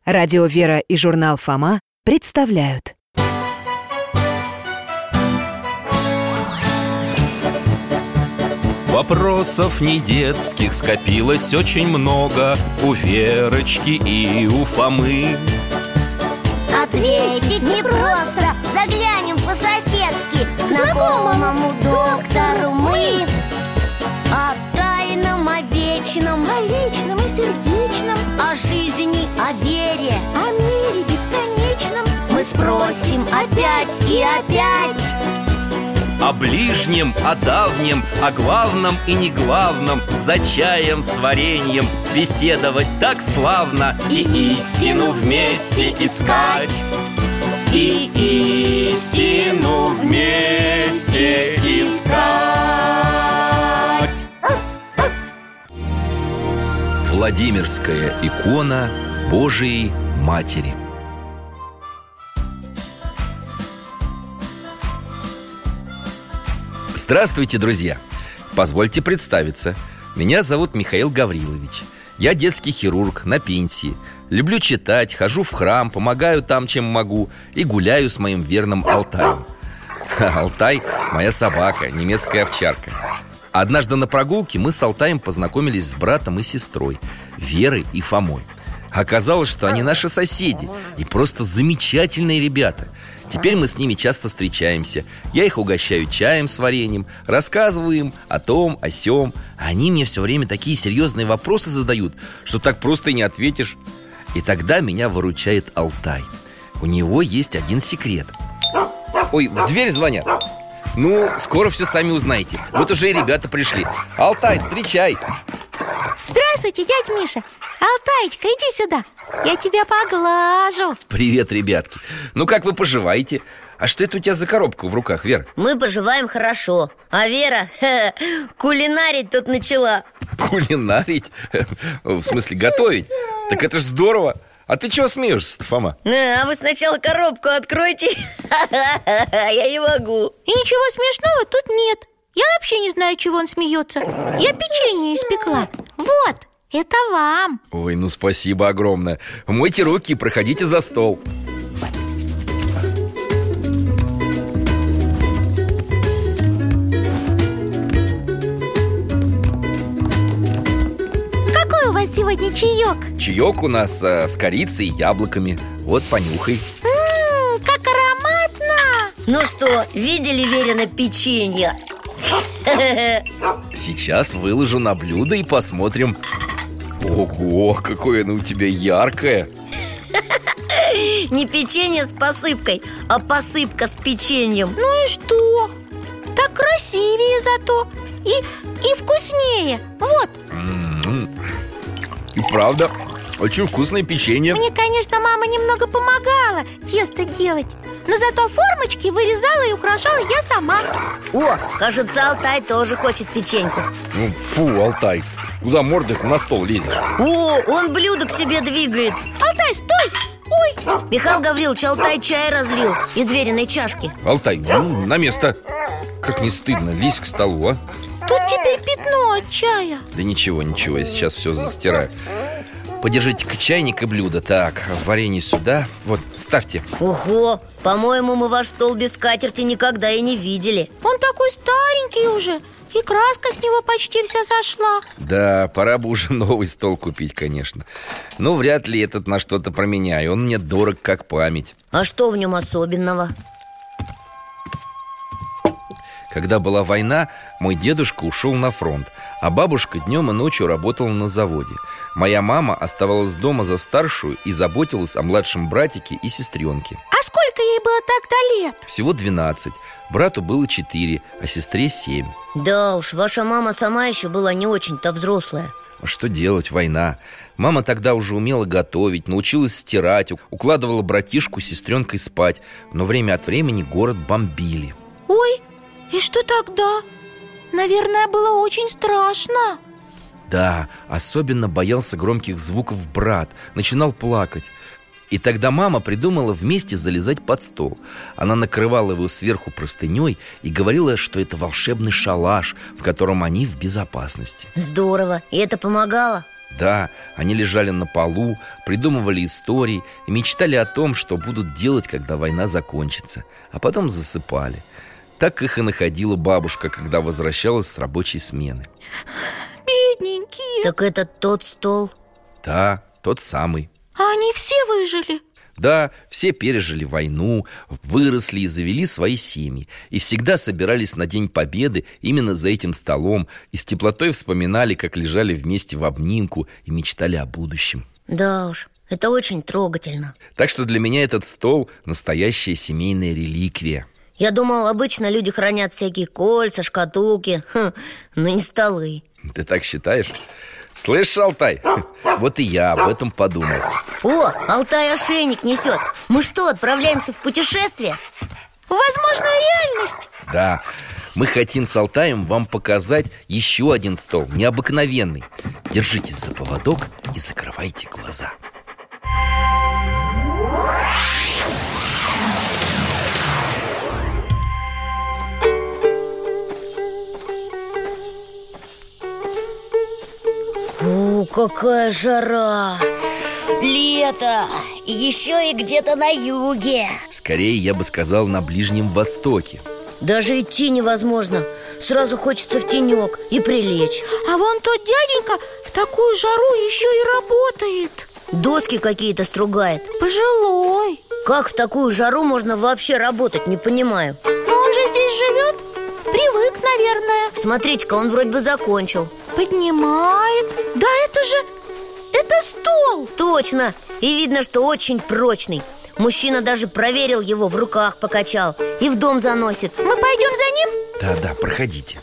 Радио «Вера» и журнал «Фома» представляют. Вопросов не детских скопилось очень много у Верочки и у Фомы. Ответить непросто, заглянем по-соседски к знакомому доктору мы. О тайном, о вечном, о личном и сердечном, о жизни, о вере, о мире бесконечном мы спросим опять и опять. О ближнем, о давнем, о главном и неглавном, за чаем с вареньем беседовать так славно. И истину вместе искать, и истину вместе искать. Владимирская икона Божией Матери. Здравствуйте, друзья! Позвольте представиться. Меня зовут Михаил Гаврилович. Я детский хирург на пенсии. Люблю читать, хожу в храм, помогаю там, чем могу, и гуляю с моим верным Алтаем. Алтай – моя собака, немецкая овчарка. Однажды на прогулке мы с Алтаем познакомились с братом и сестрой, Верой и Фомой. Оказалось, что они наши соседи и просто замечательные ребята. Теперь мы с ними часто встречаемся. Я их угощаю чаем с вареньем, рассказываю им о том, о сём. Они мне все время такие серьезные вопросы задают, что так просто и не ответишь. И тогда меня выручает Алтай. У него есть один секрет. Ой, в дверь звонят. Ну, скоро все сами узнаете. Вот уже и ребята пришли. Алтай, встречай. Здравствуйте, дядь Миша. Алтаечка, иди сюда, я тебя поглажу. Привет, ребятки. Ну, как вы поживаете? А что это у тебя за коробка в руках, Вера? Мы поживаем хорошо. А Вера кулинарить тут начала. Кулинарить? В смысле, готовить? Так это ж здорово. А ты чего смеешься-то, Фома? А вы сначала коробку откройте. Я не могу. И ничего смешного тут нет. Я вообще не знаю, чего он смеется. Я печенье испекла. Вот, это вам. Ой, ну спасибо огромное. Мойте руки и проходите за стол. Какой у вас сегодня чаек? Чаек у нас с корицей и яблоками. Вот, понюхай. Как ароматно! Ну что, видели Верина печенье? Сейчас выложу на блюдо и посмотрим. Ого, какое оно у тебя яркое. Не печенье с посыпкой, а посыпка с печеньем. Ну и что? Так красивее зато и вкуснее. Вот. И правда, очень вкусное печенье. Мне, конечно, мама немного помогала тесто делать, но зато формочки вырезала и украшала я сама. О, кажется, Алтай тоже хочет печеньку. Ну, фу, Алтай, куда мордой на стол лезешь? О, он блюдо к себе двигает. Алтай, стой! Ой! Михаил Гаврилович, Алтай чай разлил из Вериной чашки. Алтай, ну, на место. Как не стыдно, лезь к столу, а? Тут теперь пятно от чая. Да ничего, я сейчас все застираю. Подержите-ка чайник и блюдо. Так, варенье сюда. Вот, ставьте. Ого, по-моему, мы ваш стол без скатерти никогда и не видели. Он такой старенький уже, и краска с него почти вся сошла. Да, пора бы уже новый стол купить, конечно. Но вряд ли этот на что-то променяю. Он мне дорог как память. А что в нем особенного? Когда была война, мой дедушка ушел на фронт, а бабушка днем и ночью работала на заводе. Моя мама оставалась дома за старшую и заботилась о младшем братике и сестренке. А сколько ей было тогда лет? Всего 12. Брату было 4, а сестре 7. Да уж, ваша мама сама еще была не очень-то взрослая. Что делать, война? Мама тогда уже умела готовить, научилась стирать, укладывала братишку с сестренкой спать. Но время от времени город бомбили. Ой, и что тогда? Наверное, было очень страшно. Да, особенно боялся громких звуков брат, начинал плакать. И тогда мама придумала вместе залезать под стол. Она накрывала его сверху простыней и говорила, что это волшебный шалаш, в котором они в безопасности. Здорово, и это помогало? Да, они лежали на полу, придумывали истории и мечтали о том, что будут делать, когда война закончится. А потом засыпали. Так их и находила бабушка, когда возвращалась с рабочей смены. Бедненькие. Так это тот стол? Да, тот самый. А они все выжили? Да, все пережили войну, выросли и завели свои семьи. И всегда собирались на День Победы именно за этим столом. И с теплотой вспоминали, как лежали вместе в обнимку и мечтали о будущем. Да уж, это очень трогательно. Так что для меня этот стол – настоящая семейная реликвия. Я думал, обычно люди хранят всякие кольца, шкатулки, но не столы. Ты так считаешь? Слышь, Алтай, вот и я об этом подумал. О, Алтай ошейник несет. Мы что, отправляемся в путешествие? Возможная реальность. Да, мы хотим с Алтаем вам показать еще один стол, необыкновенный. Держитесь за поводок и закрывайте глаза. О, какая жара! Лето! Еще и где-то на юге. Скорее, я бы сказал, на Ближнем Востоке. Даже идти невозможно. Сразу хочется в тенек и прилечь. А вон тот дяденька в такую жару еще и работает. Доски какие-то стругает. Пожилой. Как в такую жару можно вообще работать, не понимаю. Но он же здесь живет. Привык, наверное. Смотрите-ка, он вроде бы закончил. Поднимает. Да это же... это стол. Точно. И видно, что очень прочный. Мужчина даже проверил его, в руках покачал и в дом заносит. Мы пойдем за ним? Да, проходите.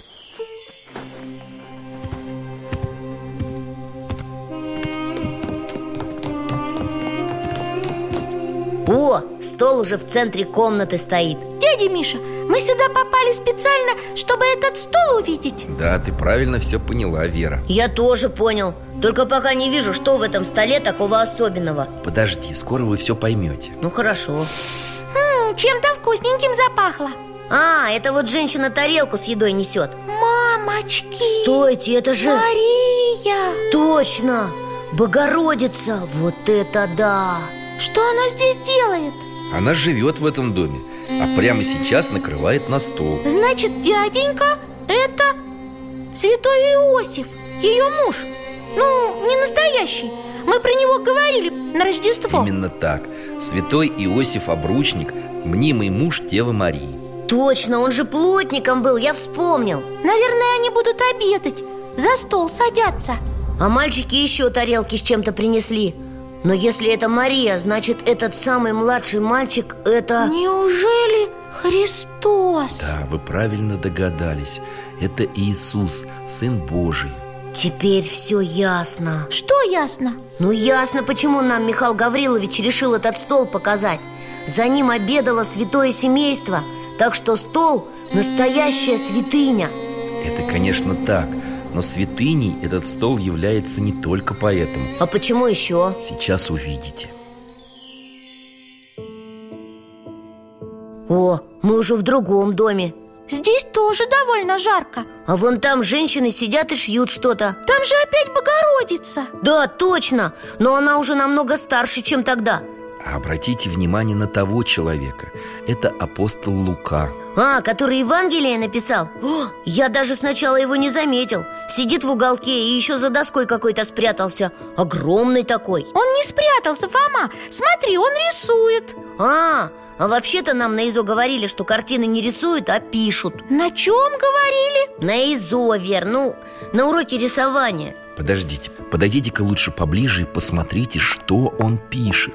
О, стол уже в центре комнаты стоит. Дядя Миша, мы сюда попали специально, чтобы этот стол увидеть. Да, ты правильно все поняла, Вера. Я тоже понял. Только пока не вижу, что в этом столе такого особенного. Подожди, скоро вы все поймете. Ну хорошо. Чем-то вкусненьким запахло. А, это вот женщина тарелку с едой несет. Мамочки! Стойте, это же... Мария! Точно! Богородица! Вот это да! Что она здесь делает? Она живет в этом доме, а прямо сейчас накрывает на стол. Значит, дяденька – это святой Иосиф, ее муж. Ну, не настоящий. Мы про него говорили на Рождество. Именно так. Святой Иосиф Обручник, мнимый муж Девы Марии. Точно, он же плотником был, я вспомнил. Наверное, они будут обедать, за стол садятся. А мальчики еще тарелки с чем-то принесли. Но если это Мария, значит, этот самый младший мальчик – это… Неужели Христос? Да, вы правильно догадались. Это Иисус, Сын Божий. Теперь все ясно. Что ясно? Ну ясно, почему нам Михаил Гаврилович решил этот стол показать. За ним обедало святое семейство. Так что стол – настоящая святыня. Это, конечно, так. Но святыней этот стол является не только поэтому. А почему еще? Сейчас увидите. О, мы уже в другом доме. Здесь тоже довольно жарко. А вон там женщины сидят и шьют что-то. Там же опять Богородица. Да, точно, но она уже намного старше, чем тогда. А обратите внимание на того человека. Это апостол Лука. А, который Евангелие написал? О, я даже сначала его не заметил. Сидит в уголке и еще за доской какой-то спрятался. Огромный такой. Он не спрятался, Фома. Смотри, он рисует. А вообще-то нам на ИЗО говорили, что картины не рисуют, а пишут. На чем говорили? На ИЗО, Вер, на уроке рисования. Подождите, подойдите-ка лучше поближе и посмотрите, что он пишет.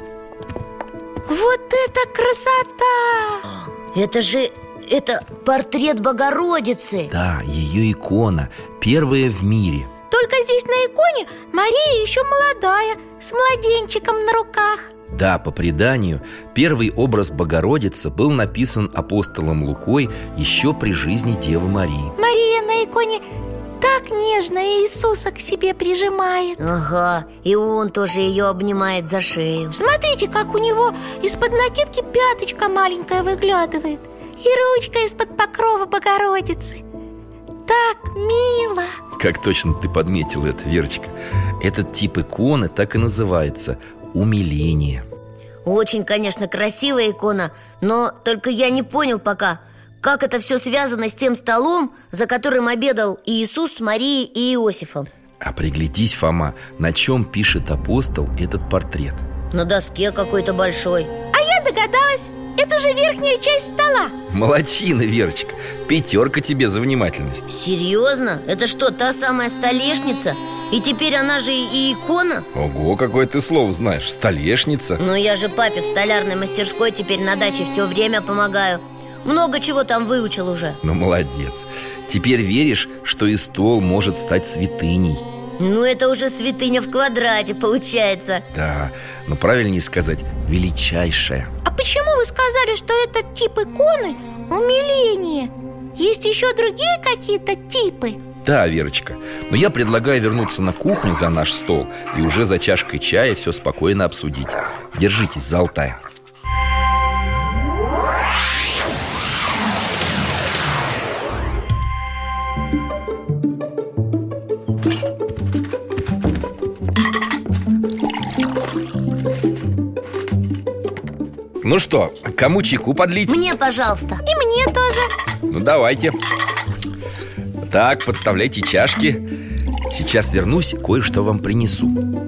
Вот это красота! Это портрет Богородицы. Да, ее икона, первая в мире. Только здесь на иконе Мария еще молодая, с младенчиком на руках. Да, по преданию, первый образ Богородицы был написан апостолом Лукой еще при жизни Девы Марии. Мария на иконе так нежно Иисуса к себе прижимает. Ага, и он тоже ее обнимает за шею. Смотрите, как у него из-под накидки пяточка маленькая выглядывает. И ручка из-под покрова Богородицы. Так мило. Как точно ты подметила это, Верочка. Этот тип иконы так и называется – умиление. Очень, конечно, красивая икона, но только я не понял пока, как это все связано с тем столом, за которым обедал Иисус с Марией и Иосифом. А приглядись, Фома, на чем пишет апостол этот портрет. На доске какой-то большой. А я догадалась, это же верхняя часть стола. Молодчина, Верочка, 5 тебе за внимательность. Серьезно? Это что, та самая столешница? И теперь она же и икона? Ого, какое ты слово знаешь, столешница. Но я же папе в столярной мастерской теперь на даче все время помогаю. Много чего там выучил уже. Ну, молодец. Теперь веришь, что и стол может стать святыней? Ну, это уже святыня в квадрате получается. Да, но правильнее сказать величайшая. А почему вы сказали, что этот тип иконы – умиление? Есть еще другие какие-то типы? Да, Верочка, но я предлагаю вернуться на кухню за наш стол и уже за чашкой чая все спокойно обсудить. Держитесь за Алтай. Ну что, кому чайку подлить? Мне, пожалуйста. И мне тоже. Ну, давайте. Так, подставляйте чашки. Сейчас вернусь, кое-что вам принесу.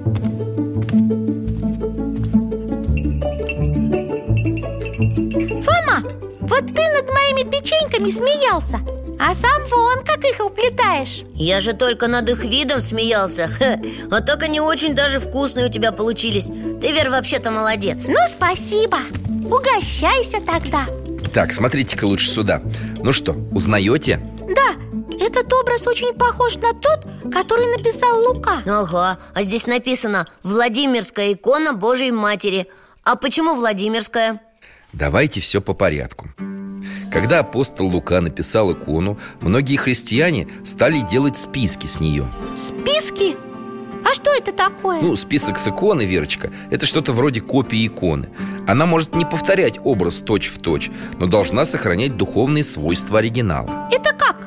Фома, вот ты над моими печеньками смеялся, а сам вон как их уплетаешь. Я же только над их видом смеялся. А так они очень даже вкусные у тебя получились. Ты, Вер, вообще-то молодец. Ну, спасибо. Угощайся тогда. Так, смотрите-ка лучше сюда. Ну что, узнаете? Да, этот образ очень похож на тот, который написал Лука. Ага, а здесь написано «Владимирская икона Божией Матери». А почему Владимирская? Давайте все по порядку. Когда апостол Лука написал икону, многие христиане стали делать списки с нее. Списки? А что это такое? Ну, список с иконы, Верочка, это что-то вроде копии иконы. Она может не повторять образ точь-в-точь, но должна сохранять духовные свойства оригинала. Это как?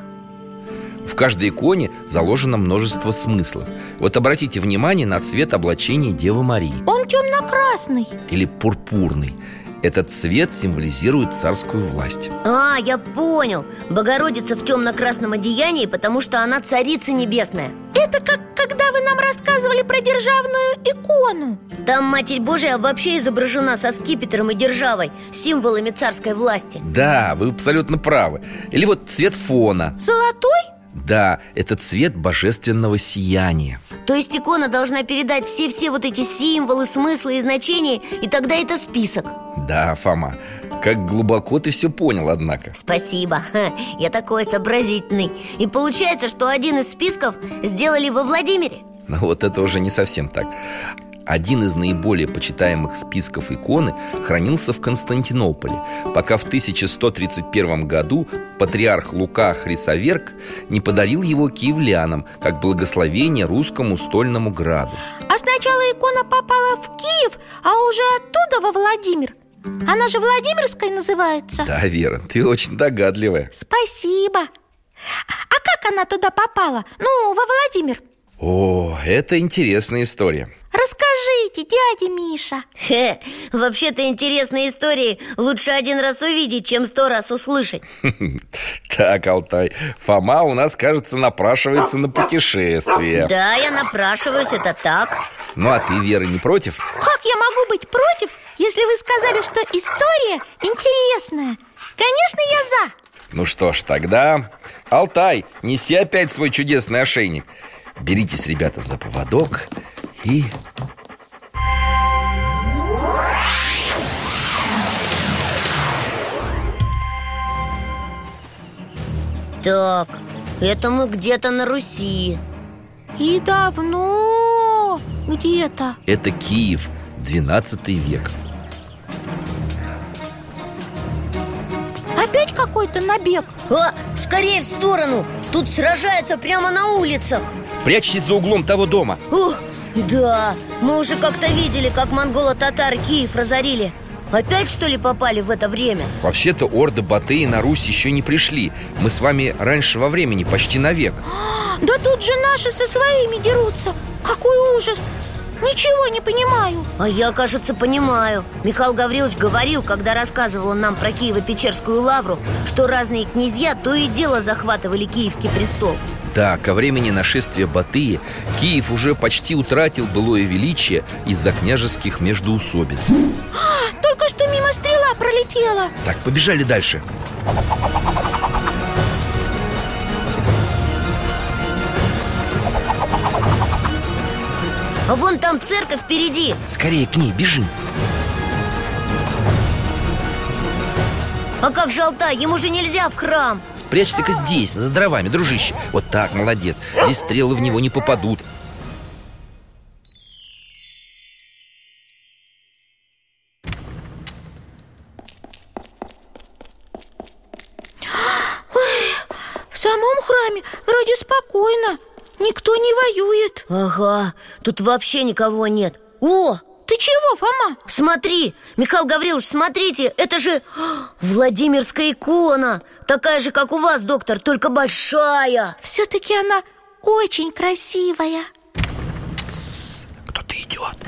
В каждой иконе заложено множество смыслов. Вот обратите внимание на цвет облачения Девы Марии. Он темно-красный. Или пурпурный. Этот цвет символизирует царскую власть. А, я понял. Богородица в темно-красном одеянии, потому что она царица небесная. Это как когда вы нам рассказывали про державную икону. Там Матерь Божия вообще изображена со скипетром и державой, символами царской власти. Да, вы абсолютно правы. Или вот цвет фона. Золотой? Да, это цвет божественного сияния. То есть икона должна передать все вот эти символы, смыслы и значения, и тогда это список. Да, Фома, как глубоко ты все понял, однако. Спасибо, я такой сообразительный. И получается, что один из списков сделали во Владимире? Но вот это уже не совсем так. Один из наиболее почитаемых списков иконы хранился в Константинополе, пока в 1131 году патриарх Лука Хрисоверг не подарил его киевлянам как благословение русскому стольному граду. А сначала икона попала в Киев, а уже оттуда во Владимир. Она же Владимирской называется. Да, Вера, ты очень догадливая. Спасибо. А как она туда попала? Ну, во Владимир. О, это интересная история. Расскажите, дядя Миша. Вообще-то интересные истории лучше один раз увидеть, чем 100 раз услышать. Так, Алтай, Фома у нас, кажется, напрашивается на путешествие. Да, я напрашиваюсь, это так. Ну, а ты, Вера, не против? Как я могу быть против, если вы сказали, что история интересная? Конечно, я за. Ну что ж, тогда, Алтай, неси опять свой чудесный ошейник. Беритесь, ребята, за поводок и... Так, это мы где-то на Руси. И давно где-то. Это Киев, 12 век. Опять какой-то набег. А, скорее в сторону. Тут сражаются прямо на улицах. Прячьтесь за углом того дома. Ух, да, мы уже как-то видели, как монголо-татары Киев разорили. опять что ли попали в это время? Вообще-то орды Батыя на Русь еще не пришли. Мы с вами раньше во времени, почти на век. Да тут же наши со своими дерутся. Какой ужас! Ничего не понимаю. А я, кажется, понимаю. Михаил Гаврилович говорил, когда рассказывал он нам про Киево-Печерскую лавру, что разные князья то и дело захватывали Киевский престол. Да, ко времени нашествия Батыя Киев уже почти утратил былое величие из-за княжеских междоусобиц. Только что мимо стрела пролетела. Так, побежали дальше. А вон там церковь впереди. Скорее к ней, бежим. А как же Алтай? Ему же нельзя в храм. Спрячься-ка здесь, за дровами, дружище. Вот так, молодец. Здесь стрелы в него не попадут. В самом храме вроде спокойно. Никто не воюет. Ага, тут вообще никого нет. О, Ты чего, Фома? смотри, Михаил Гаврилович, смотрите, это же Владимирская икона. Такая же, как у вас, доктор, только большая. Все-таки она очень красивая. Кто-то идет.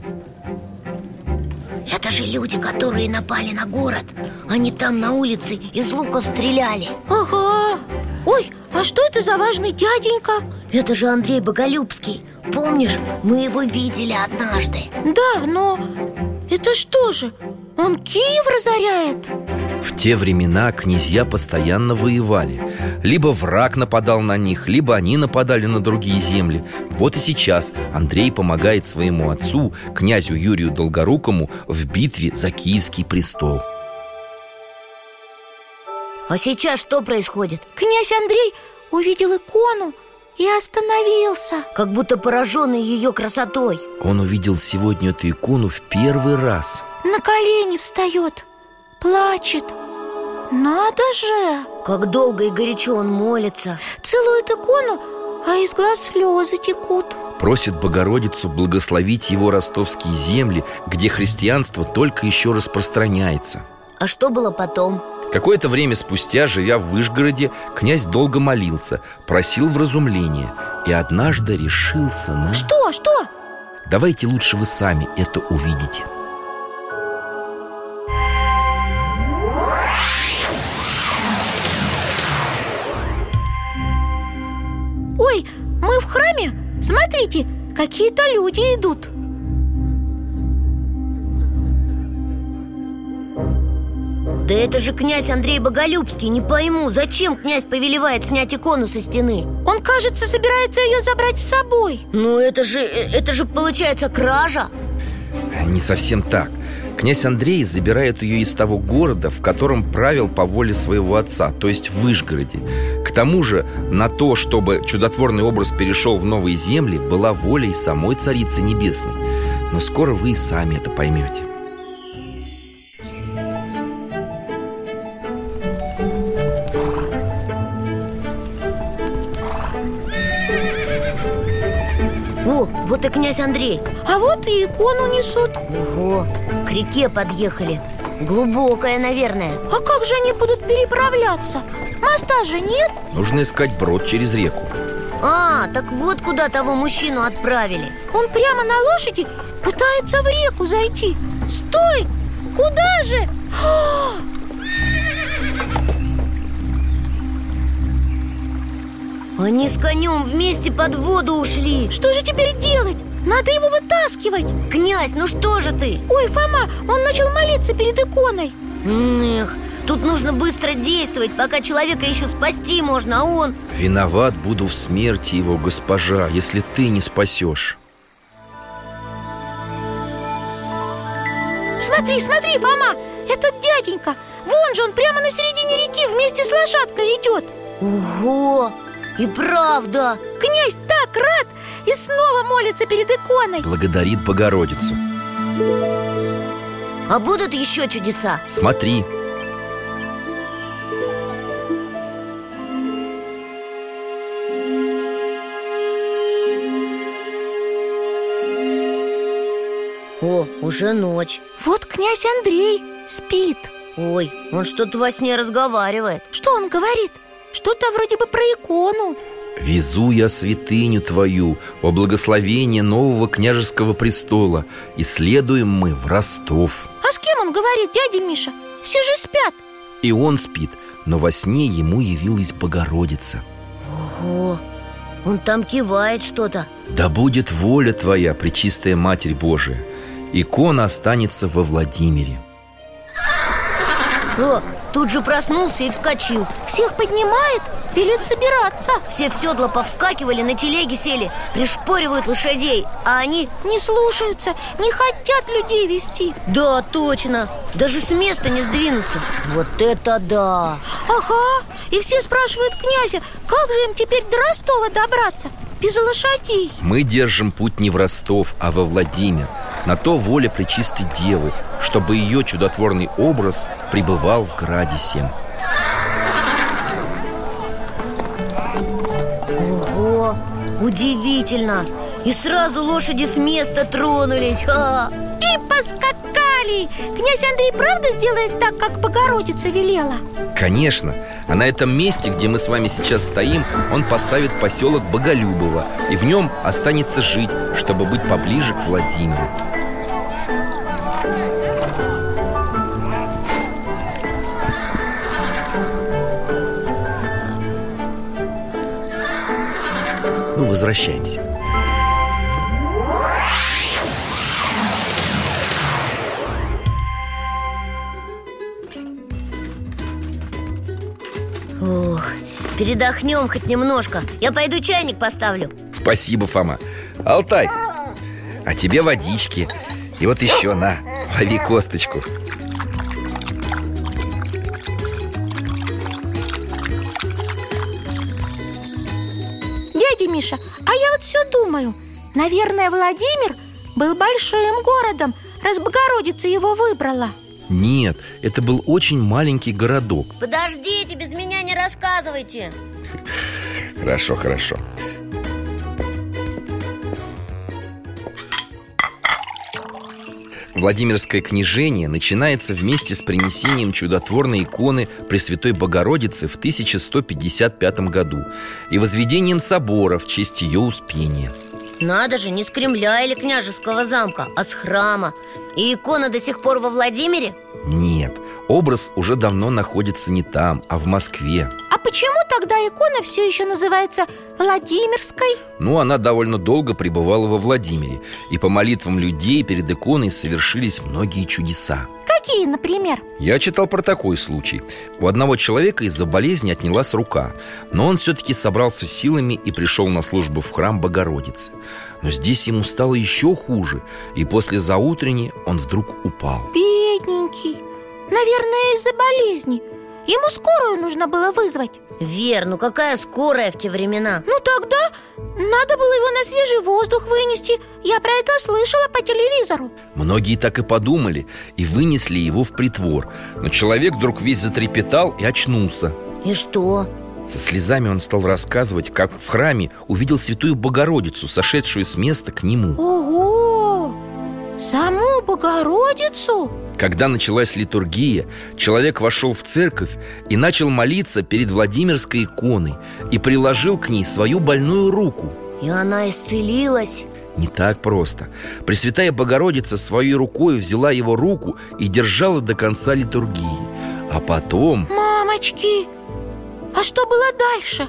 Это же люди, которые напали на город. Они там на улице из луков стреляли. Ага. Ой, а что это за важный дяденька? Это же Андрей Боголюбский. Помнишь, мы его видели однажды. Да, но это что же? Он Киев разоряет? В те времена князья постоянно воевали. Либо враг нападал на них, либо они нападали на другие земли. Вот и сейчас Андрей помогает своему отцу, князю Юрию Долгорукому, в битве за Киевский престол. А сейчас что происходит? Князь Андрей увидел икону и остановился. Как будто пораженный ее красотой. Он увидел сегодня эту икону в первый раз. На колени встает, плачет. Надо же! Как долго и горячо он молится. Целует икону, а из глаз слезы текут. Просит Богородицу благословить его ростовские земли, где христианство только еще распространяется. А что было потом? Какое-то время спустя, живя в Вышгороде, князь долго молился, просил вразумления и однажды решился на... Что? Давайте лучше вы сами это увидите. Ой, мы в храме? Смотрите, какие-то люди идут. Да это же князь Андрей Боголюбский. Не пойму, зачем князь повелевает снять икону со стены? Он, кажется, собирается ее забрать с собой. Ну это же получается кража. Не совсем так. Князь Андрей забирает ее из того города, в котором правил по воле своего отца, то есть в Вышгороде. К тому же на то, чтобы чудотворный образ перешел в новые земли, была воля и самой Царицы Небесной. Но скоро вы и сами это поймете. О, вот и князь Андрей. А вот и икону несут. Ого, к реке подъехали. Глубокая, наверное. А как же они будут переправляться? Моста же нет. Нужно искать брод через реку. А, так вот куда того мужчину отправили. Он прямо на лошади пытается в реку зайти. Стой! Куда же? Они с конем вместе под воду ушли. Что же теперь делать? Надо его вытаскивать. Князь, ну что же ты? Ой, Фома, он начал молиться перед иконой. Эх, тут нужно быстро действовать, пока человека еще спасти можно, а он... Виноват буду в смерти его, госпожа, если ты не спасешь. Смотри, Фома, этот дяденька. Вон же он прямо на середине реки вместе с лошадкой идет. Ого, и правда. Князь так рад и снова молится перед иконой. Благодарит Богородицу. А будут еще чудеса? Смотри. О, Уже ночь. Вот князь Андрей спит. Ой, он что-то во сне разговаривает. Что он говорит? Что-то вроде бы про икону. «Везу я святыню твою во благословение нового княжеского престола, и следуем мы в Ростов». А с кем он говорит, дядя Миша? Все же спят. И он спит, но во сне ему явилась Богородица. Ого, он там кивает что-то. «Да будет воля твоя, Пречистая Матерь Божия. Икона останется во Владимире». О, тут же проснулся и вскочил. Всех поднимает, велит собираться. Все в седло повскакивали, на телеги сели, пришпоривают лошадей. А они... Не слушаются, не хотят людей вести. Да, точно, даже с места не сдвинутся. Вот это да! Ага, и все спрашивают князя, как же им теперь до Ростова добраться без лошадей? Мы держим путь не в Ростов, а во Владимир. На то воля Пречистой Девы, чтобы ее чудотворный образ пребывал в граде сем. Ого, удивительно! И сразу лошади с места тронулись. И поскакали. Князь Андрей правда сделает так, как Богородица велела? Конечно, а на этом месте, где мы с вами сейчас стоим, он поставит поселок Боголюбово, и в нем останется жить, чтобы быть поближе к Владимиру. Ну, возвращаемся. Ох, передохнем хоть немножко. Я пойду чайник поставлю. Спасибо, Фома. Алтай, а тебе водички. И вот еще, на, лови косточку. Дядя Миша, а я вот все думаю, наверное, Владимир был большим городом, раз Богородица его выбрала. Нет, это был очень маленький городок. Подождите, без меня не рассказывайте. Хорошо, хорошо. Владимирское княжение начинается вместе с принесением чудотворной иконы Пресвятой Богородицы в 1155 году и возведением собора в честь ее успения. Надо же, не с Кремля или княжеского замка, а с храма. И икона до сих пор во Владимире? Нет, образ уже давно находится не там, а в Москве. А почему тогда икона все еще называется Владимирской? Ну, она довольно долго пребывала во Владимире, и по молитвам людей перед иконой совершились многие чудеса. Какие, например? Я читал про такой случай. У одного человека из-за болезни отнялась рука, но он все-таки собрался силами и пришел на службу в храм Богородицы. Но здесь ему стало еще хуже, и после заутрени он вдруг упал. Бедненький. Наверное, из-за болезни. Ему скорую нужно было вызвать. Вер, ну какая скорая в те времена? Ну тогда надо было его на свежий воздух вынести. Я про это слышала по телевизору. Многие так и подумали и вынесли его в притвор. Но человек вдруг весь затрепетал и очнулся. И что? Со слезами он стал рассказывать, как в храме увидел Святую Богородицу, сошедшую с места к нему. Ого! Саму Богородицу? Когда началась литургия, человек вошел в церковь и начал молиться перед Владимирской иконой и приложил к ней свою больную руку. И она исцелилась? Не так просто. Пресвятая Богородица своей рукой взяла его руку и держала до конца литургии. А потом... Мамочки! А что было дальше?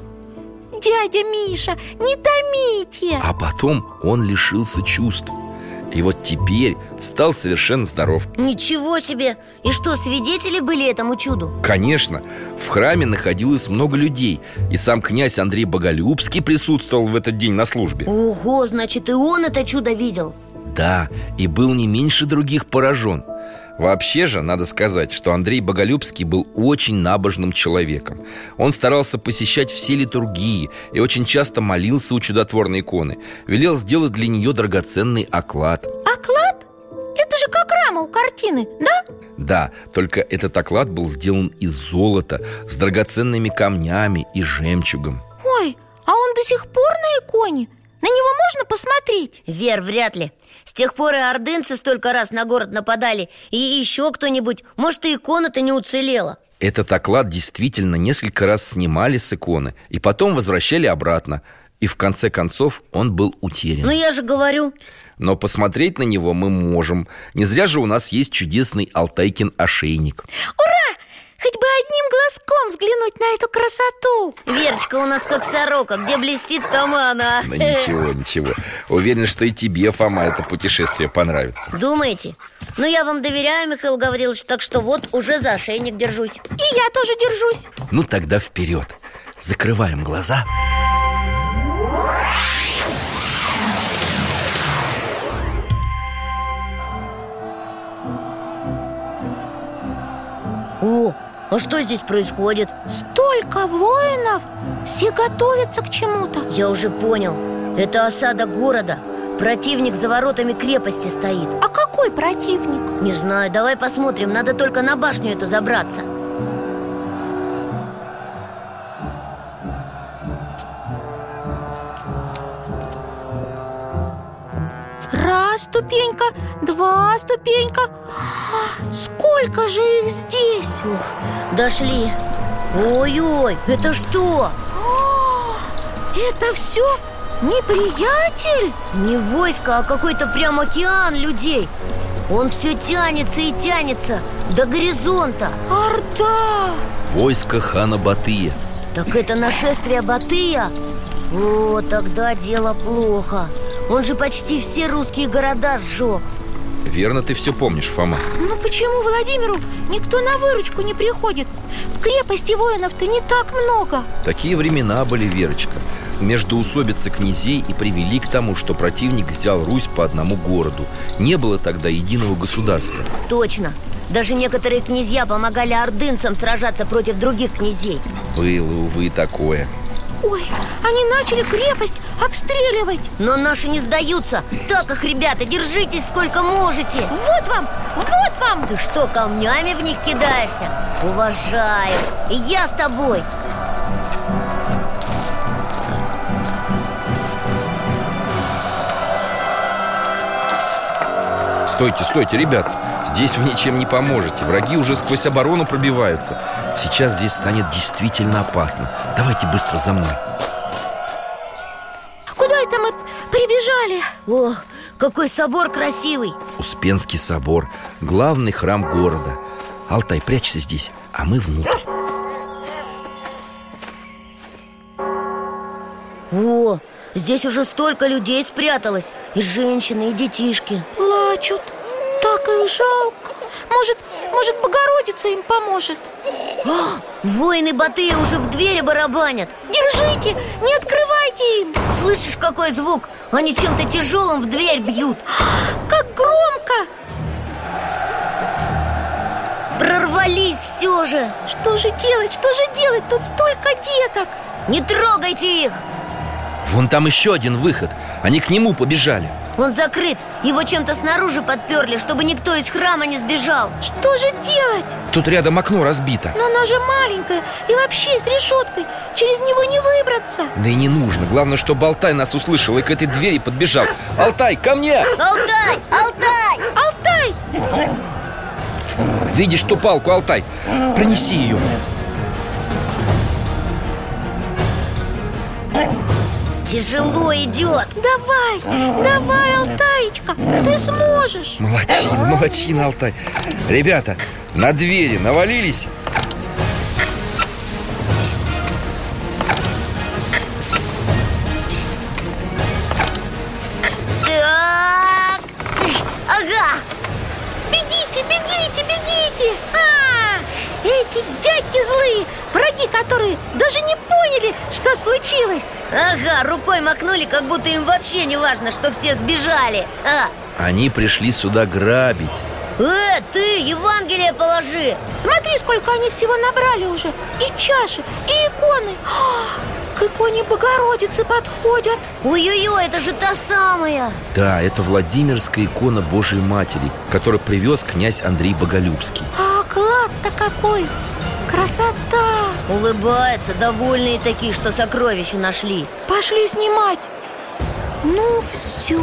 Дядя Миша, не томите! А потом он лишился чувств. И вот теперь стал совершенно здоров. Ничего себе! И что, свидетели были этому чуду? Конечно, в храме находилось много людей. И сам князь Андрей Боголюбский присутствовал в этот день на службе. Ого, значит, и он это чудо видел? Да, и был не меньше других поражен. Вообще же, надо сказать, что Андрей Боголюбский был очень набожным человеком. Он старался посещать все литургии и очень часто молился у чудотворной иконы. Велел сделать для нее драгоценный оклад. Оклад? Это же как рама у картины, да? Да, только этот оклад был сделан из золота, с драгоценными камнями и жемчугом. Ой, а он до сих пор на иконе? На него можно посмотреть? Вер, вряд ли. С тех пор и ордынцы столько раз на город нападали. И еще кто-нибудь. Может, и икона-то не уцелела. Этот оклад действительно несколько раз снимали с иконы и потом возвращали обратно. И в конце концов он был утерян. Ну я же говорю. Но посмотреть на него мы можем. Не зря же у нас есть чудесный Алтайкин ошейник. Ура! Хоть бы одним глазком взглянуть на эту красоту. Верочка у нас как сорока. Где блестит, там она. Да ничего. Уверен, что и тебе, Фома, это путешествие понравится. Думаете? Ну я вам доверяю, Михаил Гаврилович. Так что вот уже за ошейник держусь. И я тоже держусь. Ну тогда вперед. Закрываем глаза. О, а что здесь происходит? Столько воинов. Все готовятся к чему-то. Я уже понял. Это осада города. Противник за воротами крепости стоит. А какой противник? Не знаю, давай посмотрим. Надо только на башню эту забраться. Раз ступенька, два ступенька. Сколько же их здесь? Ух, дошли. Ой-ой, это что? Это все неприятель? Не войско, а какой-то прям океан людей. Он все тянется и тянется до горизонта. Орда! Войско хана Батыя. Так это нашествие Батыя? О, тогда дело плохо. Он же почти все русские города сжег. Верно ты все помнишь, Фома. Ну почему Владимиру никто на выручку не приходит? В крепости воинов-то не так много. Такие времена были, Верочка. Междоусобицы князей и привели к тому, что противник взял Русь по одному городу. Не было тогда единого государства. Точно. Даже некоторые князья помогали ордынцам сражаться против других князей. Было, увы, такое. Ой, они начали крепость обстреливать. Но наши не сдаются. Так их, ребята, держитесь сколько можете. Вот вам, вот вам. Ты что, камнями в них кидаешься? Уважаю. И я с тобой. Стойте, ребят. Здесь вы ничем не поможете. Враги уже сквозь оборону пробиваются. Сейчас здесь станет действительно опасно. Давайте быстро за мной. Куда это мы прибежали? Ох, какой собор красивый. Успенский собор, главный храм города. Алтай, прячься здесь, а мы внутрь. О, здесь уже столько людей спряталось. И женщины, и детишки. Плачут. Так их жалко. Может, Богородица им поможет. Воины Батыя уже в двери барабанят. Держите, не открывайте им. Слышишь, какой звук? Они чем-то тяжелым в дверь бьют. Как громко. Прорвались все же. Что же делать? Тут столько деток. Не трогайте их. Вон там еще один выход. Они к нему побежали. Он закрыт. Его чем-то снаружи подперли, чтобы никто из храма не сбежал. Что же делать? Тут рядом окно разбито. Но она же маленькая и вообще с решеткой. Через него не выбраться. Да и не нужно. Главное, чтобы Алтай нас услышал и к этой двери подбежал. Алтай, ко мне! Алтай! Алтай! Алтай! Видишь ту палку, Алтай? Пронеси ее. Тяжело идет. Давай, Алтаечка, ты сможешь. Молодчина, Алтай. Ребята, на двери навалились. Так. Ага. Бегите. Эти дядьки злые, враги, которые даже не поняли, что случилось. Ага, рукой махнули, как будто им вообще не важно, что все сбежали. Они пришли сюда грабить. Ты, Евангелие положи. Смотри, сколько они всего набрали уже. И чаши, и иконы. К иконе Богородицы подходят. Ой-ой-ой, это же та самая. Да, это Владимирская икона Божией Матери, которую привез князь Андрей Боголюбский. А клад-то какой! Красота! Улыбаются, довольные такие, что сокровища нашли. Пошли снимать. Ну все.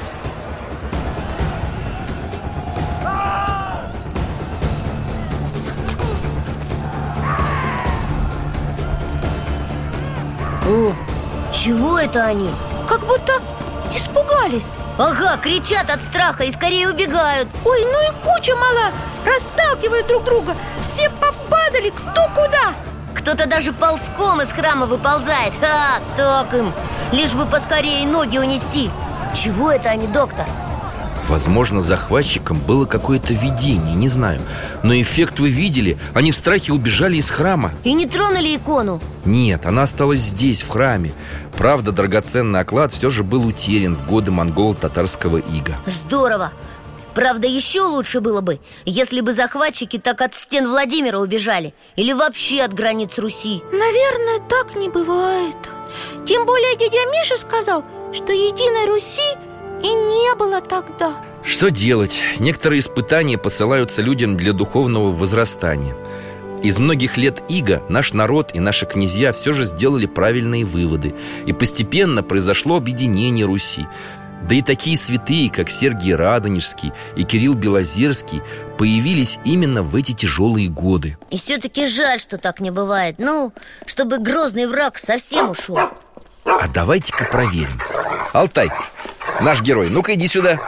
О, чего это они? Как будто испугались. Ага, кричат от страха и скорее убегают. Ой, ну и куча мала. Расталкивают друг друга. Все попадали, кто куда. Кто-то даже ползком из храма выползает. Ха, так им. Лишь бы поскорее ноги унести. Чего это они, доктор? Возможно, захватчикам было какое-то видение, не знаю. Но эффект вы видели, они в страхе убежали из храма. И не тронули икону? Нет, она осталась здесь, в храме. Правда, драгоценный оклад все же был утерян в годы монголо-татарского ига. Здорово! Правда, еще лучше было бы, если бы захватчики так от стен Владимира убежали. Или вообще от границ Руси. Наверное, так не бывает. Тем более дядя Миша сказал, что единой Руси и не было тогда. Что делать? Некоторые испытания посылаются людям для духовного возрастания. Из многих лет ига наш народ и наши князья все же сделали правильные выводы. И постепенно произошло объединение Руси. Да и такие святые, как Сергий Радонежский и Кирилл Белозерский, появились именно в эти тяжелые годы. И все-таки жаль, что так не бывает. Ну, чтобы грозный враг совсем ушел. А давайте-ка проверим. Алтай, наш герой, ну-ка иди сюда.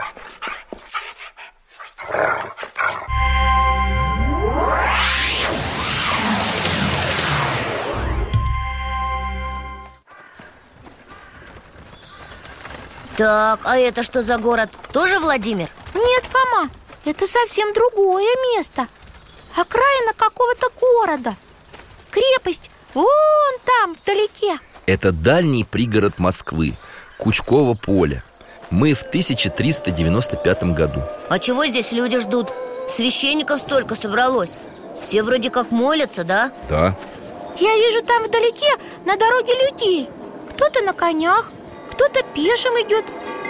Так, а это что за город? Тоже Владимир? Нет, Фома, это совсем другое место. Окраина какого-то города. Крепость вон там, вдалеке. Это дальний пригород Москвы, Кучково поле. Мы в 1395 году. А чего здесь люди ждут? Священников столько собралось. Все вроде как молятся, да? Да. Я вижу там вдалеке на дороге людей. Кто-то на конях, кто-то пешим идет.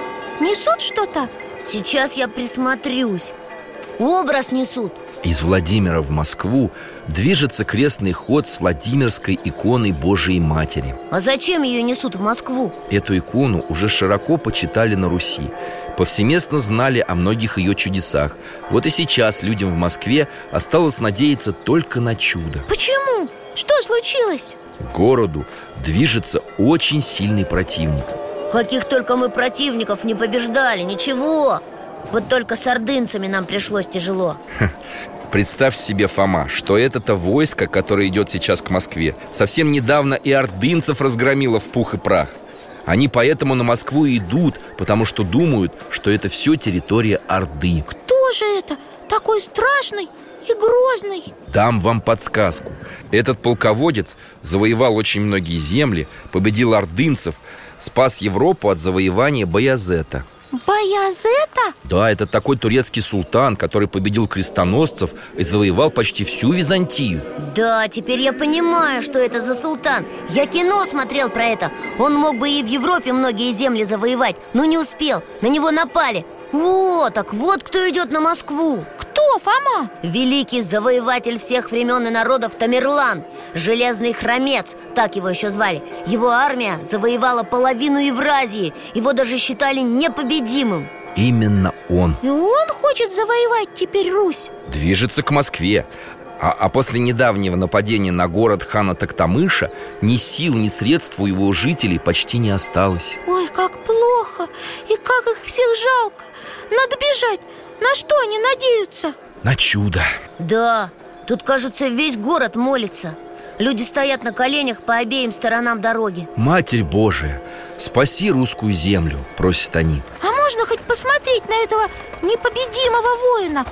Несут что-то? Сейчас я присмотрюсь. Образ несут. Из Владимира в Москву движется крестный ход с Владимирской иконой Божией Матери. А зачем ее несут в Москву? Эту икону уже широко почитали на Руси. Повсеместно знали о многих ее чудесах. Вот и сейчас людям в Москве осталось надеяться только на чудо. Почему? Что случилось? К городу движется очень сильный противник. Каких только мы противников не побеждали, ничего. Вот только с ордынцами нам пришлось тяжело. Представь себе, Фома, что это-то войско, которое идет сейчас к Москве, совсем недавно и ордынцев разгромило в пух и прах. Они поэтому на Москву и идут, потому что думают, что это все территория Орды. Кто же это? Такой страшный и грозный. Дам вам подсказку. Этот полководец завоевал очень многие земли, победил ордынцев, спас Европу от завоевания Баязета. Баязета? Да, это такой турецкий султан, который победил крестоносцев и завоевал почти всю Византию. Да, теперь я понимаю, что это за султан. Я кино смотрел про это. Он мог бы и в Европе многие земли завоевать, но не успел, на него напали. Вот, так вот кто идет на Москву. Кто, Фома? Великий завоеватель всех времен и народов Тамерлан, Железный Хромец, так его еще звали. Его армия завоевала половину Евразии. Его даже считали непобедимым. Именно он. И он хочет завоевать теперь Русь. Движется к Москве. А после недавнего нападения на город хана Токтамыша ни сил, ни средств у его жителей почти не осталось. Ой, как плохо. И как их всех жалко. Надо бежать. На что они надеются? На чудо. Да, тут, кажется, весь город молится. Люди стоят на коленях по обеим сторонам дороги. Матерь Божия, спаси русскую землю, просят они. А можно хоть посмотреть на этого непобедимого воина,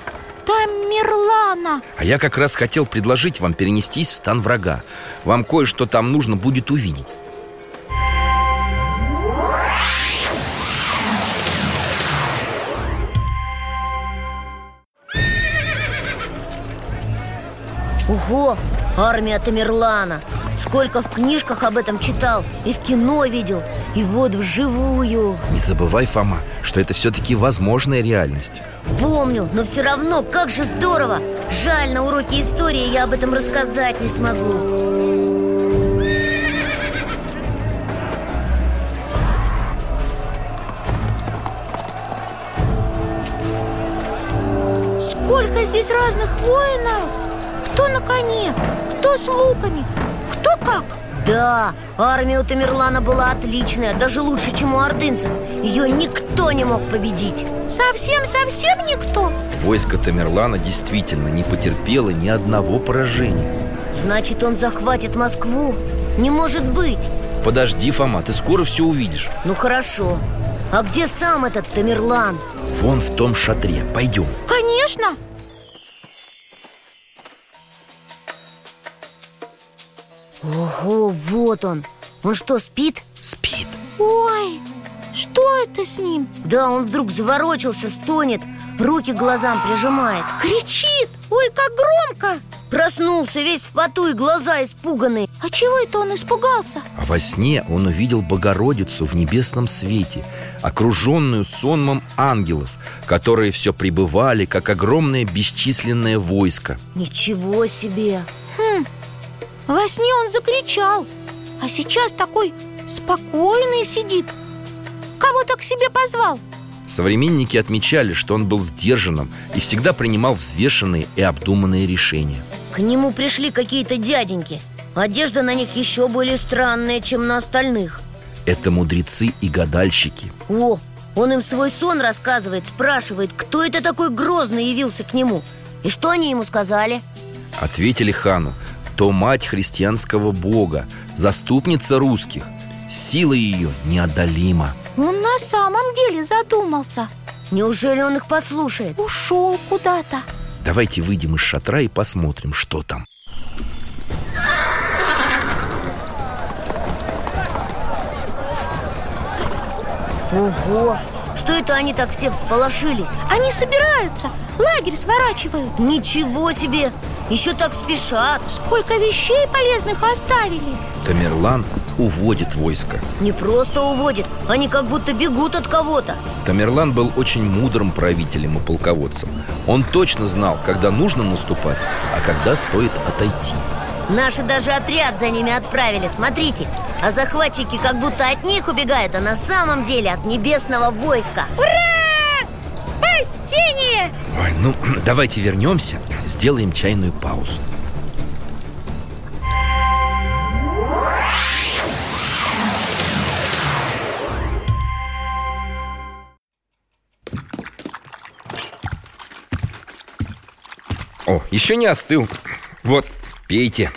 Тамерлана? А я как раз хотел предложить вам перенестись в стан врага. Вам кое-что там нужно будет увидеть. Ого, армия Тамерлана. Сколько в книжках об этом читал и в кино видел, и вот вживую. Не забывай, Фома, что это все-таки возможная реальность. Помню, но все равно, как же здорово. Жаль, на уроке истории я об этом рассказать не смогу. Сколько здесь разных воинов! Кто на коне, кто с луками, кто как. Да, армия у Тамерлана была отличная, даже лучше, чем у ордынцев. Ее никто не мог победить. Совсем никто? Войско Тамерлана действительно не потерпело ни одного поражения. Значит, он захватит Москву? Не может быть. Подожди, Фома, ты скоро все увидишь. Ну хорошо. А где сам этот Тамерлан? Вон в том шатре, пойдем. Конечно. Ого, вот он. Он что, спит? Спит. Ой, что это с ним? Да, он вдруг заворочился, стонет, руки к глазам прижимает. Кричит, ой, как громко. Проснулся весь в поту и глаза испуганные. А чего это он испугался? А во сне он увидел Богородицу в небесном свете, окруженную сонмом ангелов, которые все пребывали, как огромное бесчисленное войско. Ничего себе. Во сне он закричал, а сейчас такой спокойный сидит. Кого-то к себе позвал. Современники отмечали, что он был сдержанным и всегда принимал взвешенные и обдуманные решения. К нему пришли какие-то дяденьки. Одежда на них еще более странная, чем на остальных. Это мудрецы и гадальщики. О, он им свой сон рассказывает, спрашивает, кто это такой грозный явился к нему. И что они ему сказали? Ответили хану: то мать христианского бога, заступница русских. Сила ее неодолима. Он на самом деле задумался. Неужели он их послушает? Ушел куда-то. Давайте выйдем из шатра и посмотрим, что там. Ого, что это они так все всполошились? Они собираются, лагерь сворачивают. Ничего себе, еще так спешат. Сколько вещей полезных оставили. Тамерлан уводит войско. Не просто уводит, они как будто бегут от кого-то. Тамерлан был очень мудрым правителем и полководцем. Он точно знал, когда нужно наступать, а когда стоит отойти. Наши даже отряд за ними отправили, смотрите. А захватчики как будто от них убегают, а на самом деле от небесного войска. Ура! Спасение! Ой, ну, давайте вернемся, сделаем чайную паузу. О, еще не остыл. Вот, пейте.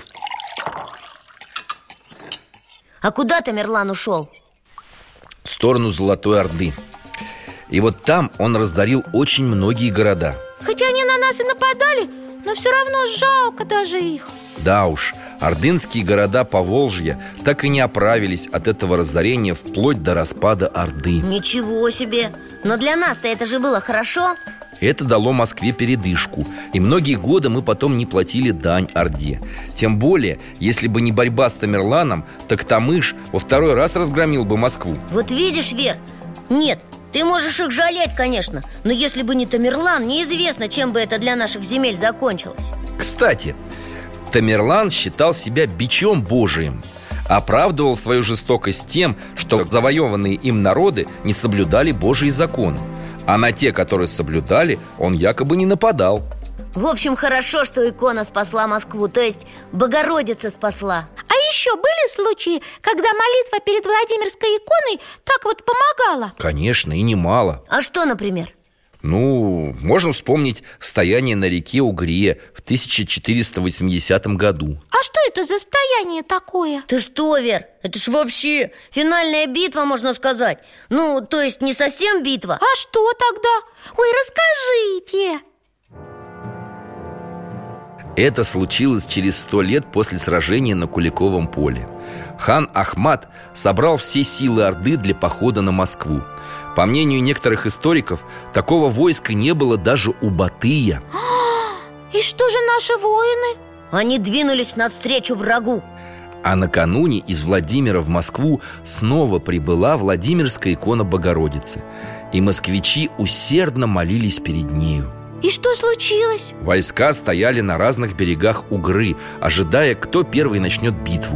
А куда Тамерлан ушел? В сторону Золотой Орды. И вот там он разорил очень многие города. Хотя они на нас и нападали, но все равно жалко даже их. Да уж, ордынские города Поволжья так и не оправились от этого разорения вплоть до распада Орды. Ничего себе! Но для нас-то это же было хорошо. Это дало Москве передышку, и многие годы мы потом не платили дань Орде. Тем более, если бы не борьба с Тамерланом, так Тамыш во второй раз разгромил бы Москву. Вот видишь, Вер, нет, ты можешь их жалеть, конечно, но если бы не Тамерлан, неизвестно, чем бы это для наших земель закончилось. Кстати, Тамерлан считал себя бичом Божиим, оправдывал свою жестокость тем, что завоеванные им народы не соблюдали Божьи законы, а на те, которые соблюдали, он якобы не нападал. В общем, хорошо, что икона спасла Москву, то есть Богородица спасла. А еще были случаи, когда молитва перед Владимирской иконой так вот помогала? Конечно, и немало. А что, например? Ну, можно вспомнить стояние на реке Угре в 1480 году. А что это за стояние такое? Ты что, Вер, это ж вообще финальная битва, можно сказать. Ну, то есть не совсем битва. А что тогда? Ой, расскажите. Это случилось через 100 лет после сражения на Куликовом поле. Хан Ахмат собрал все силы Орды для похода на Москву. По мнению некоторых историков, такого войска не было даже у Батыя. И что же наши воины? Они двинулись навстречу врагу. А накануне из Владимира в Москву снова прибыла Владимирская икона Богородицы. И москвичи усердно молились перед нею. И что случилось? Войска стояли на разных берегах Угры, ожидая, кто первый начнет битву. А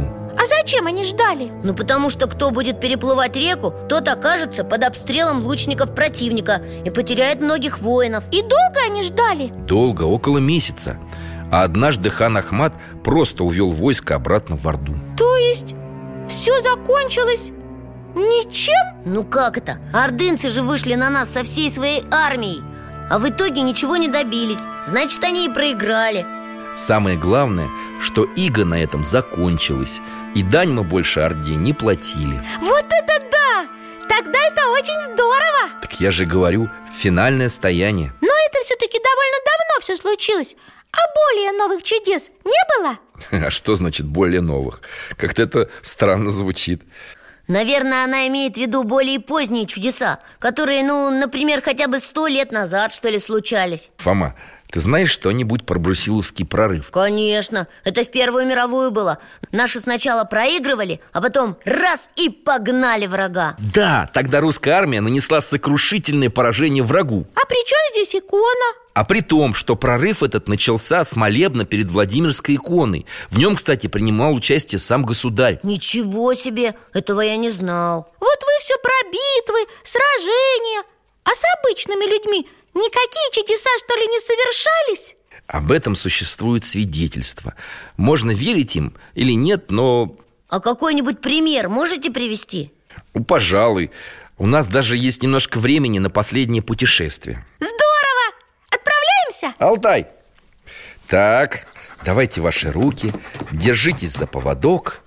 зачем они ждали? Ну, потому что кто будет переплывать реку, тот окажется под обстрелом лучников противника и потеряет многих воинов. И долго они ждали? Долго, около месяца. А однажды хан Ахмат просто увел войско обратно в Орду. То есть все закончилось ничем? Ну как это? Ордынцы же вышли на нас со всей своей армией, а в итоге ничего не добились. Значит, они и проиграли. Самое главное, что ига на этом закончилась, и дань мы больше Орде не платили. Вот это да! Тогда это очень здорово! Так я же говорю, финальное стояние. Но это все-таки довольно давно все случилось. А более новых чудес не было? А что значит более новых? Как-то это странно звучит. Наверное, она имеет в виду более поздние чудеса, которые, например, хотя бы 100 лет назад, что ли, случались. Фома, ты знаешь что-нибудь про Брусиловский прорыв? Конечно, это в Первую мировую было. Наши сначала проигрывали, а потом раз и погнали врага. Да, тогда русская армия нанесла сокрушительное поражение врагу. А при чем здесь икона? А при том, что прорыв этот начался с молебна перед Владимирской иконой. В нем, кстати, принимал участие сам государь. Ничего себе, этого я не знал. Вот вы все про битвы, сражения. А с обычными людьми никакие чудеса, что ли, не совершались? Об этом существует свидетельство. Можно верить им или нет, но... А какой-нибудь пример можете привести? Пожалуй. У нас даже есть немножко времени на последнее путешествие. Здорово! Отправляемся? Алтай! Так, давайте ваши руки, держитесь за поводок.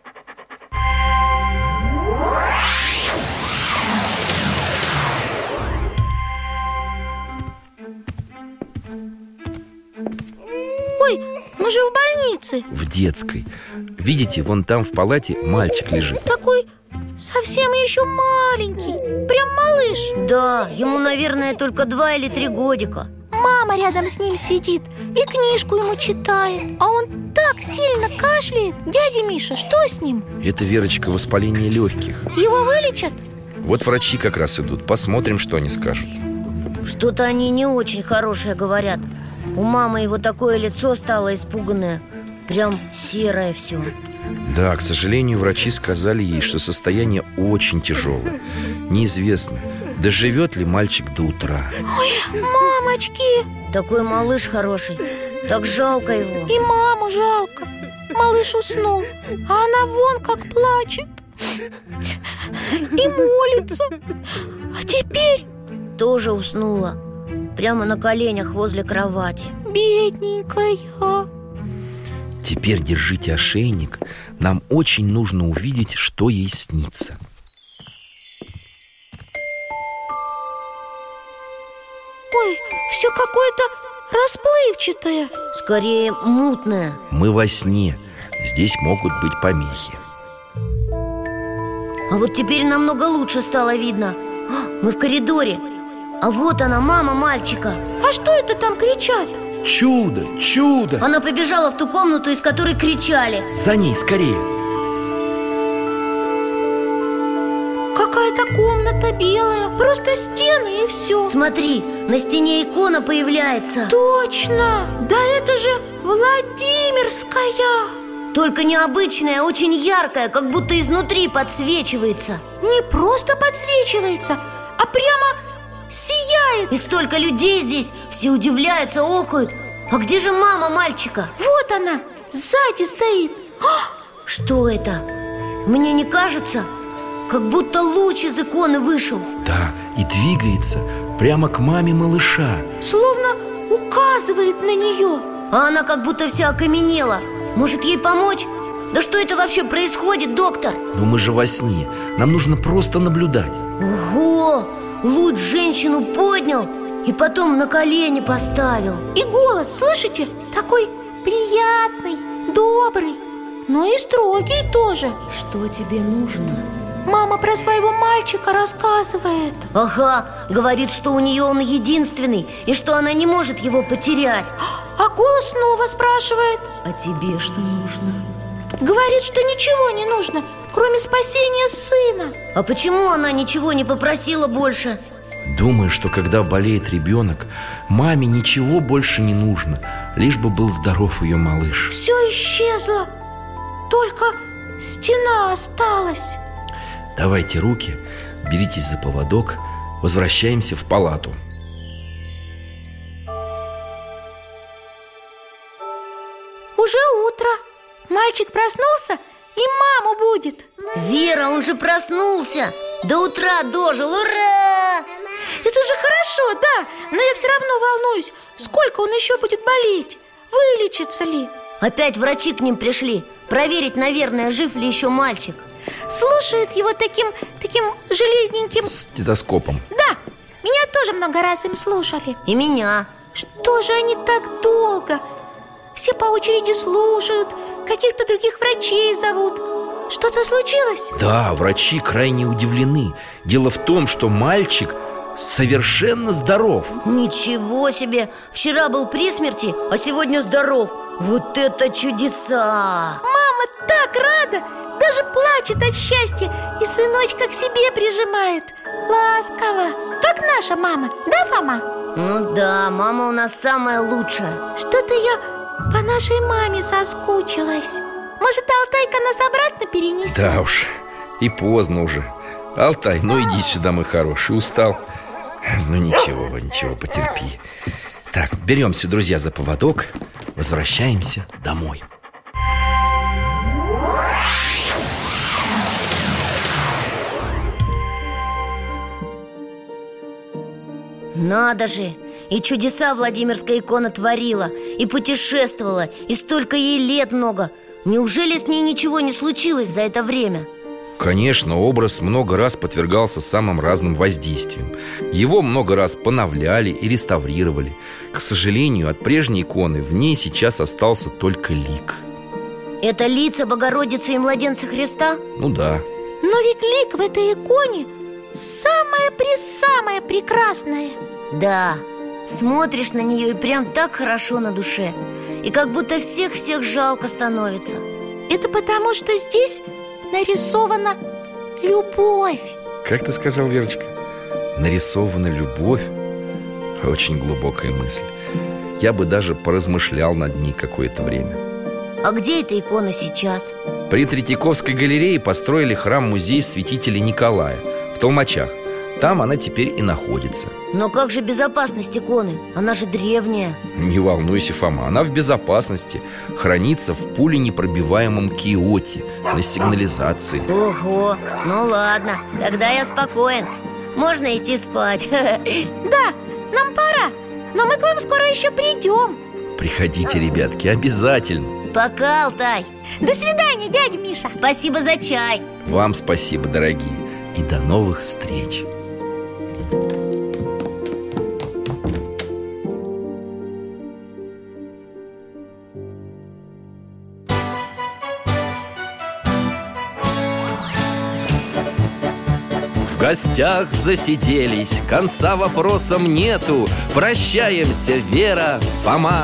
Ой, мы же в больнице. В детской. Видите, вон там в палате мальчик лежит. Такой совсем еще маленький. Прям малыш. Да, ему, наверное, только 2 или 3 годика. Мама рядом с ним сидит и книжку ему читает. А он так сильно кашляет. Дядя Миша, что с ним? Это, Верочка, воспаление легких. Его вылечат? Вот врачи как раз идут. Посмотрим, что они скажут. Что-то они не очень хорошее говорят. У мамы его такое лицо стало испуганное. Прям серое все. Да, к сожалению, врачи сказали ей, что состояние очень тяжелое. Неизвестно, доживет ли мальчик до утра. Ой, мамочки! Такой малыш хороший. Так жалко его. И маму жалко. Малыш уснул, а она вон как плачет и молится. А теперь... Тоже уснула. Прямо на коленях возле кровати. Бедненькая. Теперь держите ошейник. Нам очень нужно увидеть, что ей снится. Ой, все какое-то расплывчатое. Скорее мутное. Мы во сне. Здесь могут быть помехи. А вот теперь намного лучше стало видно. Мы в коридоре. А вот она, мама мальчика. А что это там кричат? Чудо, чудо! Она побежала в ту комнату, из которой кричали. За ней, скорее! Какая-то комната белая, просто стены и все. Смотри, на стене икона появляется. Точно! Да это же Владимирская! Только необычная, очень яркая, как будто изнутри подсвечивается. Не просто подсвечивается, а прямо сияет. И столько людей здесь, все удивляются, охают. А где же мама мальчика? Вот она, сзади стоит. Что это? Мне не кажется, как будто луч из иконы вышел. Да, и двигается прямо к маме малыша. Словно указывает на нее. А она как будто вся окаменела. Может, ей помочь? Да что это вообще происходит, доктор? Но мы же во сне. Нам нужно просто наблюдать. Ого! Луч женщину поднял и потом на колени поставил. И голос, слышите? Такой приятный, добрый, но и строгий тоже. Что тебе нужно? Мама про своего мальчика рассказывает. Ага, говорит, что у нее он единственный и что она не может его потерять. А голос снова спрашивает: а тебе что нужно? Говорит, что ничего не нужно, кроме спасения сына. А почему она ничего не попросила больше? Думаю, что когда болеет ребенок, маме ничего больше не нужно, лишь бы был здоров ее малыш. Все исчезло. Только стена осталась. Давайте руки, беритесь за поводок, возвращаемся в палату. Уже утро. Мальчик проснулся и маму будет. Вера, он же проснулся. До утра дожил, ура! Это же хорошо, да. Но я все равно волнуюсь. Сколько он еще будет болеть? Вылечится ли? Опять врачи к ним пришли. Проверить, наверное, жив ли еще мальчик. Слушают его таким железненьким... Стетоскопом. Да, меня тоже много раз им слушали. И меня. Что же они так долго? Все по очереди слушают, каких-то других врачей зовут. Что-то случилось? Да, врачи крайне удивлены. Дело в том, что мальчик совершенно здоров. Ничего себе! Вчера был при смерти, а сегодня здоров. Вот это чудеса! Мама так рада, даже плачет от счастья и сыночка к себе прижимает. Ласково. Как наша мама, да, Фома? Ну да, мама у нас самая лучшая. Что-то я по нашей маме соскучилась. Может, Алтайка нас обратно перенесет? Да уж, и поздно уже. Алтай, ну иди сюда, мой хороший, устал. Ну ничего, потерпи. Так, беремся, друзья, за поводок, возвращаемся домой. Надо же! И чудеса Владимирская икона творила, и путешествовала, и столько ей лет много. Неужели с ней ничего не случилось за это время? Конечно, образ много раз подвергался самым разным воздействиям. Его много раз поновляли и реставрировали. К сожалению, от прежней иконы в ней сейчас остался только лик. Это лица Богородицы и младенца Христа? Ну да. Но ведь лик в этой иконе самое прекрасное. Да, смотришь на нее и прям так хорошо на душе. И как будто всех жалко становится. Это потому, что здесь нарисована любовь. Как ты сказал, Верочка? Нарисована любовь? Очень глубокая мысль. Я бы даже поразмышлял над ней какое-то время. А где эта икона сейчас? При Третьяковской галерее построили храм-музей святителя Николая в Толмачах. Там она теперь и находится. Но как же безопасность иконы? Она же древняя. Не волнуйся, Фома, она в безопасности. Хранится в пуленепробиваемом киоте на сигнализации. Ого, ну ладно, тогда я спокоен. Можно идти спать. Да, нам пора, но мы к вам скоро еще придем. Приходите, ребятки, обязательно. Пока, Алтай. До свидания, дядя Миша. Спасибо за чай. Вам спасибо, дорогие. И до новых встреч. В гостях засиделись, конца вопросам нету. Прощаемся, Вера, Фома.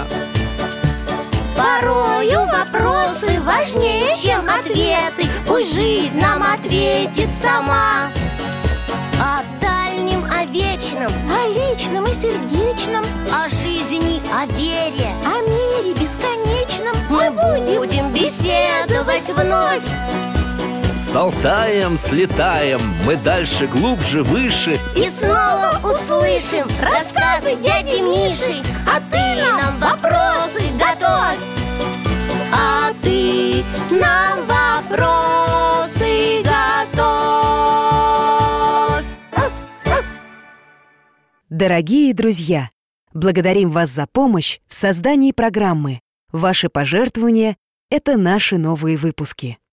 Порою вопросы важнее, чем ответы. Пусть жизнь нам ответит сама. О дальнем, о вечном, О личном и сердечном, о жизни, о вере о мире бесконечном мы будем беседовать вновь. С Алтаем слетаем, мы дальше, глубже, выше. И снова услышим рассказы дяди Миши. А ты нам вопросы готовь. А ты нам вопросы готовь. Дорогие друзья, благодарим вас за помощь в создании программы. Ваши пожертвования – это наши новые выпуски.